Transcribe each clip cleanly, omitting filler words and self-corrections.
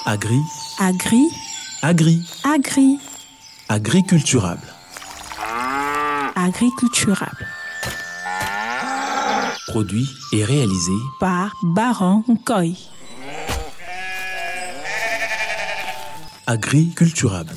Agri. Agri. Agri. Agri. Agriculturable. Agriculturable. Produit et réalisé par Baron Nkoy. Agriculturable.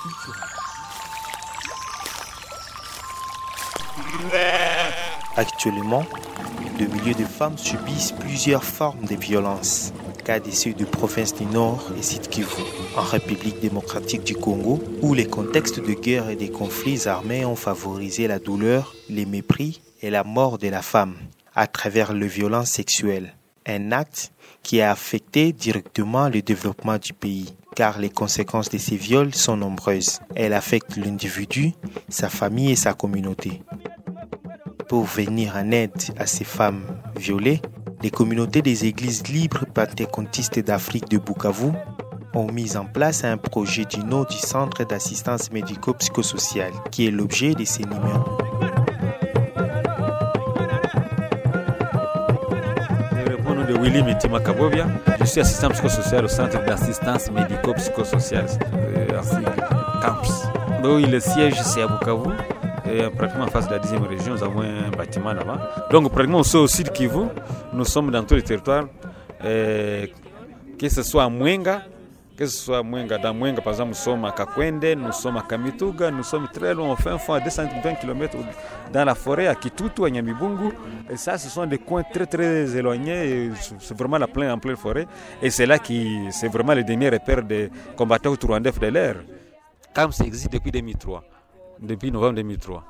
Actuellement, de milliers de femmes subissent plusieurs formes de violences. Cas d'essai de province du Nord et Sud Kivu, en République démocratique du Congo, où les contextes de guerre et des conflits armés ont favorisé la douleur, les mépris et la mort de la femme à travers les violences sexuelles. Un acte qui a affecté directement le développement du pays, car les conséquences de ces viols sont nombreuses. Elles affectent l'individu, sa famille et sa communauté. Pour venir en aide à ces femmes violées, les communautés des églises libres pentecôtistes d'Afrique de Bukavu ont mis en place un projet du nom du Centre d'assistance médico-psychosociale, qui est l'objet de ces numéros. Willy Mitima Kabovia. Je suis assistant psychosocial au Centre d'assistance médico-psychosociale, CAMPS. Oui, le siège c'est à Bukavu. Et pratiquement en face de la 10e région, nous avons un bâtiment là-bas. Donc pratiquement au sud Kivu, nous sommes dans tous les territoires, que ce soit à Mwenga, dans Mwenga par exemple, nous sommes à Kakwende, nous sommes à Kamituga, nous sommes très loin, enfin à 220 km dans la forêt, à Kitutu, à Nyamibungu. Et ça, ce sont des coins très très éloignés, c'est vraiment en pleine forêt. Et c'est là c'est vraiment le dernier repère des combattants rwandais de l'air. Comme ça existe depuis 2003. Depuis novembre 2003.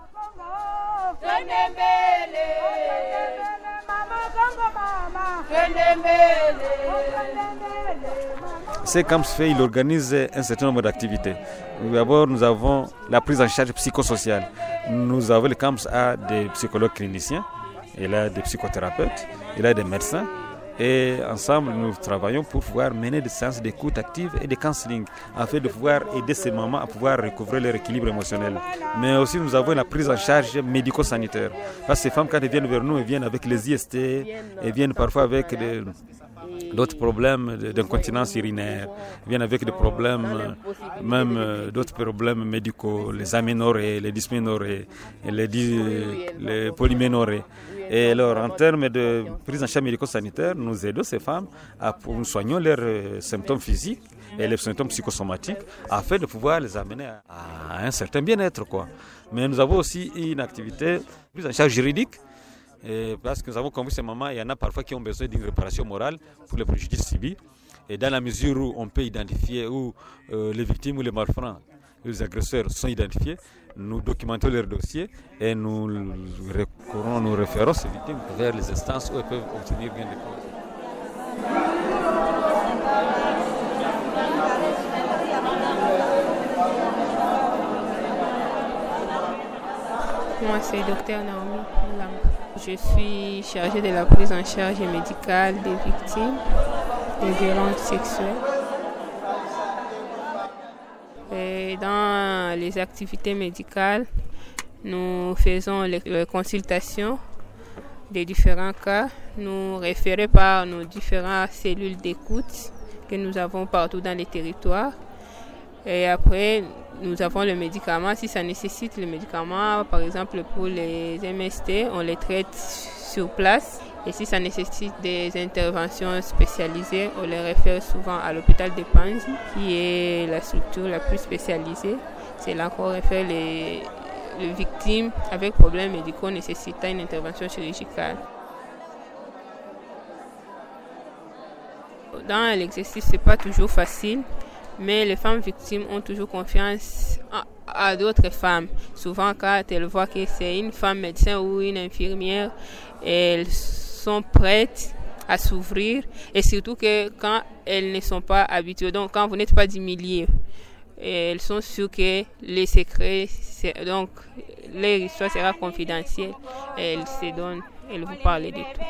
C'est comme fait, il organise un certain nombre d'activités. D'abord, nous avons la prise en charge psychosociale. Nous avons le camps à des psychologues cliniciens, il a des psychothérapeutes, il a des médecins. Et ensemble, nous travaillons pour pouvoir mener des séances d'écoute active et de counseling afin de pouvoir aider ces mamans à pouvoir recouvrer leur équilibre émotionnel. Mais aussi, nous avons la prise en charge médico-sanitaire. Parce que ces femmes, quand elles viennent vers nous, elles viennent avec les IST, elles viennent parfois avec d'autres problèmes d'incontinence urinaire, elles viennent avec des problèmes, même d'autres problèmes médicaux, les aménorrhées, les dysménorrhées, les polyménorrhées. Et alors, en termes de prise en charge médico-sanitaire, nous aidons ces femmes nous soignons leurs symptômes physiques et leurs symptômes psychosomatiques afin de pouvoir les amener à un certain bien-être, quoi. Mais nous avons aussi une activité prise en charge juridique. Et parce que nous avons compris ces moments, il y en a parfois qui ont besoin d'une réparation morale pour les préjudices subis. Et dans la mesure où on peut identifier où les victimes ou les malfrats, les agresseurs sont identifiés, nous documentons leurs dossiers et nous référons ces victimes vers les instances où elles peuvent obtenir gain de cause. Moi, c'est Dr Naomi Lam. Je suis chargée de la prise en charge médicale des victimes de violences sexuelles. Et dans les activités médicales, nous faisons les consultations des différents cas. Nous référons par nos différentes cellules d'écoute que nous avons partout dans les territoires. Et après, nous avons le médicament. Si ça nécessite le médicament, par exemple pour les MST, on les traite sur place. Et si ça nécessite des interventions spécialisées, on les réfère souvent à l'hôpital de Panzi, qui est la structure la plus spécialisée. C'est là qu'on réfère les victimes avec problèmes médicaux nécessitant une intervention chirurgicale. Dans l'exercice, ce n'est pas toujours facile. Mais les femmes victimes ont toujours confiance à d'autres femmes. Souvent, quand elles voient que c'est une femme médecin ou une infirmière, elles sont prêtes à s'ouvrir. Et surtout que quand elles ne sont pas habituées, donc quand vous n'êtes pas du milieu, elles sont sûres que les secrets, donc leur histoire sera confidentielle. Et elles se donnent, elles vous parlent de tout.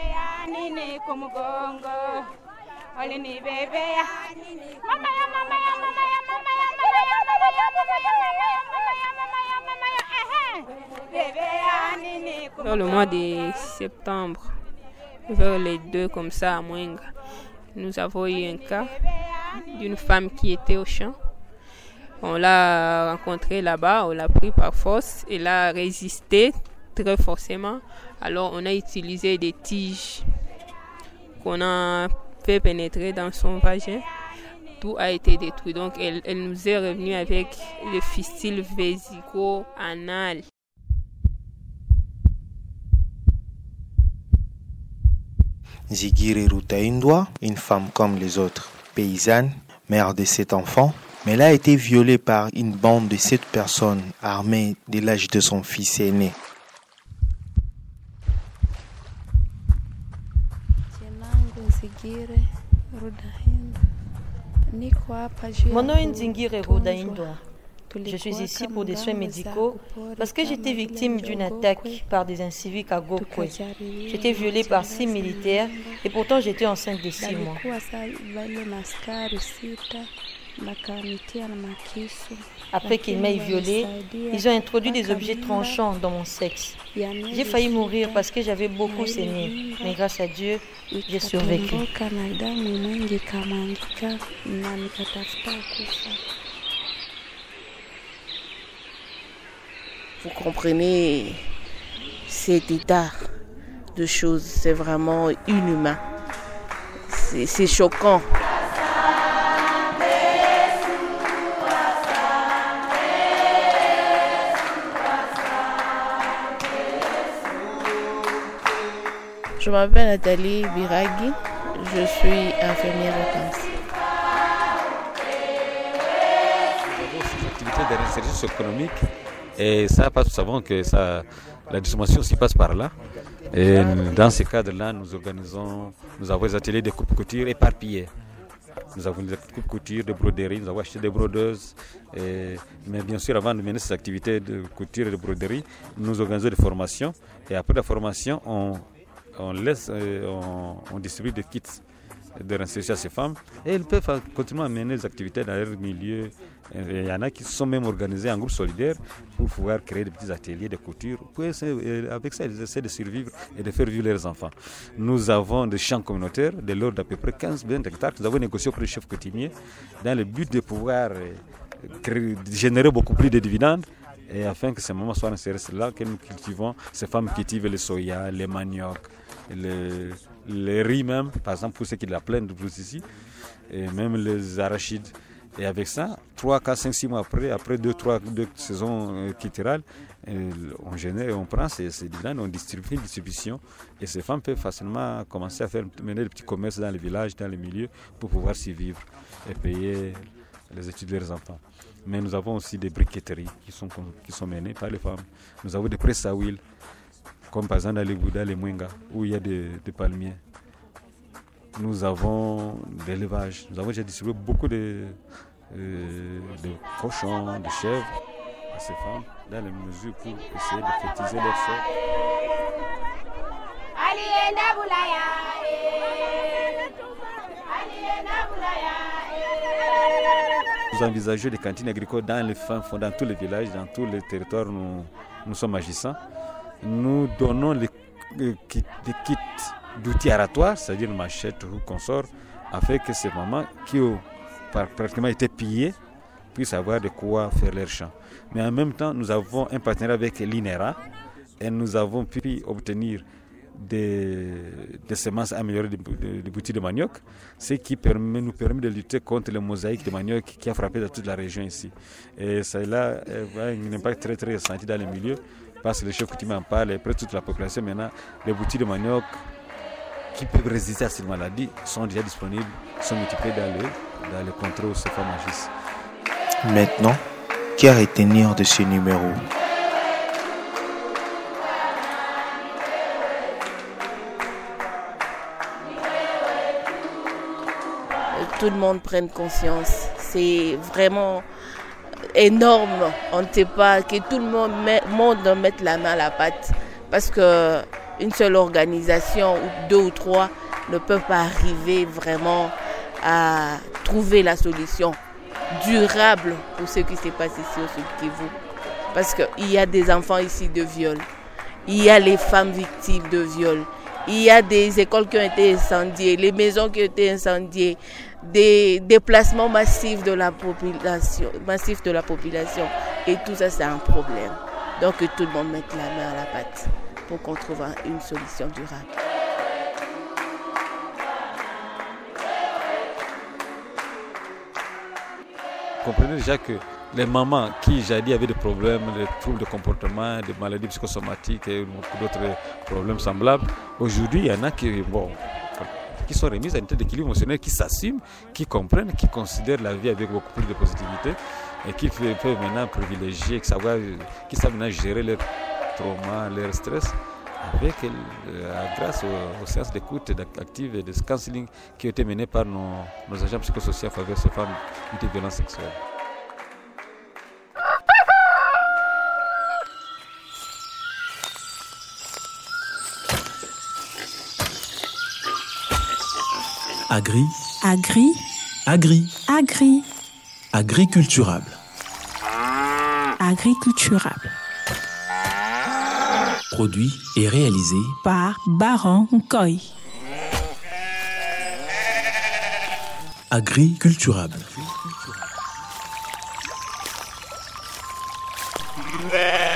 Dans le mois de septembre, vers les 2 comme ça à Mwenga, nous avons eu un cas d'une femme qui était au champ. On l'a rencontrée là-bas, on l'a pris par force. Elle a résisté très forcément. Alors on a utilisé des tiges qu'on a fait pénétrer dans son vagin. Tout a été détruit. Donc elle nous est revenue avec le fistule vésico-anal. Zigiri Rutaindwa, une femme comme les autres, paysanne, mère de 7 enfants, mais elle a été violée par une bande de 7 personnes armées dès l'âge de son fils aîné. Mon nom est Nzingire Rutaindwa. Je suis ici pour des soins médicaux parce que j'étais victime d'une attaque par des inciviques à Gokwe. J'étais violée par 6 militaires et pourtant j'étais enceinte de 6 mois. Après qu'ils m'aient violée, ils ont introduit des objets tranchants dans mon sexe. J'ai failli mourir parce que j'avais beaucoup saigné, mais grâce à Dieu, j'ai survécu. Vous comprenez, cet état de choses, c'est vraiment inhumain. C'est choquant. Je m'appelle Nathalie Biraghi, je suis infirmière au CAMS. Nous avons ces activités de réinsertion socio-économique. Et ça, nous savons que la distribution aussi passe par là. Et dans ce cadre-là, nous avons des ateliers de coupe-couture éparpillés. Nous avons des coupe-couture, de broderie, nous avons acheté des brodeuses. Mais bien sûr, avant de mener ces activités de couture et de broderie, nous organisons des formations. Et après la formation, on distribue des kits de réinsertion à ces femmes. Et elles peuvent continuer à mener des activités dans leur milieu. Il y en a qui sont même organisés en groupe solidaire pour pouvoir créer des petits ateliers de couture. Avec ça, ils essaient de survivre et de faire vivre leurs enfants. Nous avons des champs communautaires de l'ordre d'à peu près 15-20 hectares. Nous avons négocié auprès du chef coutumier dans le but de pouvoir générer beaucoup plus de dividendes et afin que ces mamans soient insérées là, que nous cultivons. Ces femmes cultivent le soya, les maniocs, les riz même, par exemple pour ceux qui la plaignent de plus ici, et même les arachides. Et avec ça, 3, 4, 5, 6 mois après 2 saisons culturelles, on prend ces dividendes, on distribue une distribution et ces femmes peuvent facilement commencer à mener des petits commerces dans les villages, dans les milieux pour pouvoir s'y vivre et payer les études de leurs enfants. Mais nous avons aussi des briqueteries qui sont menées par les femmes. Nous avons des presses à huile, comme par exemple dans les Gouda, les Mwenga, où il y a des palmiers. Nous avons de l'élevage. Nous avons déjà distribué beaucoup de cochons, de chèvres à ces femmes, dans les mesures pour essayer de fertiliser leur sol. Nous envisageons des cantines agricoles dans les fins fonds, dans tous les villages, dans tous les territoires où nous sommes agissants. Nous donnons des kits d'outils aratoires, c'est-à-dire machettes ou consorts, afin que ces mamans qui ont pratiquement été pillées puissent avoir de quoi faire leur champ. Mais en même temps, nous avons un partenariat avec l'INERA et nous avons pu obtenir des semences améliorées de boutiques de manioc, ce qui nous permet de lutter contre les mosaïques de manioc qui a frappé dans toute la région ici. Et cela a un impact très très ressenti dans les milieux, parce que les chefs coutumiers en parlent, et après toute la population maintenant, les boutiques de manioc qui peuvent résister à cette maladie sont déjà disponibles, sont multipliés dans les contrées où ces femmes agissent. Maintenant, qu'à retenir de ce numéro? Tout le monde prenne conscience. C'est vraiment énorme. On ne sait pas que tout le monde mette la main à la pâte. Parce qu'une seule organisation, ou 2 ou 3, ne peuvent pas arriver vraiment à trouver la solution durable pour ce qui s'est passé ici au Sud Kivu. Parce qu'il y a des enfants ici de viol. Il y a les femmes victimes de viol. Il y a des écoles qui ont été incendiées, les maisons qui ont été incendiées. des déplacements massifs de la population. Et tout ça, c'est un problème. Donc que tout le monde mette la main à la pâte pour qu'on trouve une solution durable. Comprenez déjà que les mamans qui jadis avaient des problèmes, des troubles de comportement, des maladies psychosomatiques et beaucoup d'autres problèmes semblables, aujourd'hui il y en a qui sont remises à une tête d'équilibre émotionnel, qui s'assument, qui comprennent, qui considèrent la vie avec beaucoup plus de positivité et qui peuvent maintenant privilégier, qui savent maintenant gérer leurs traumas, leurs stress grâce aux séances d'écoute active et de counseling qui ont été menées par nos agents psychosociaux en faveur de ces femmes victimes de violences sexuelles. Agri, Agri, agri, Agri, agriculturable. Agriculturable. Produit et réalisé Par Baron Nkoy. Agriculturable. Yeah.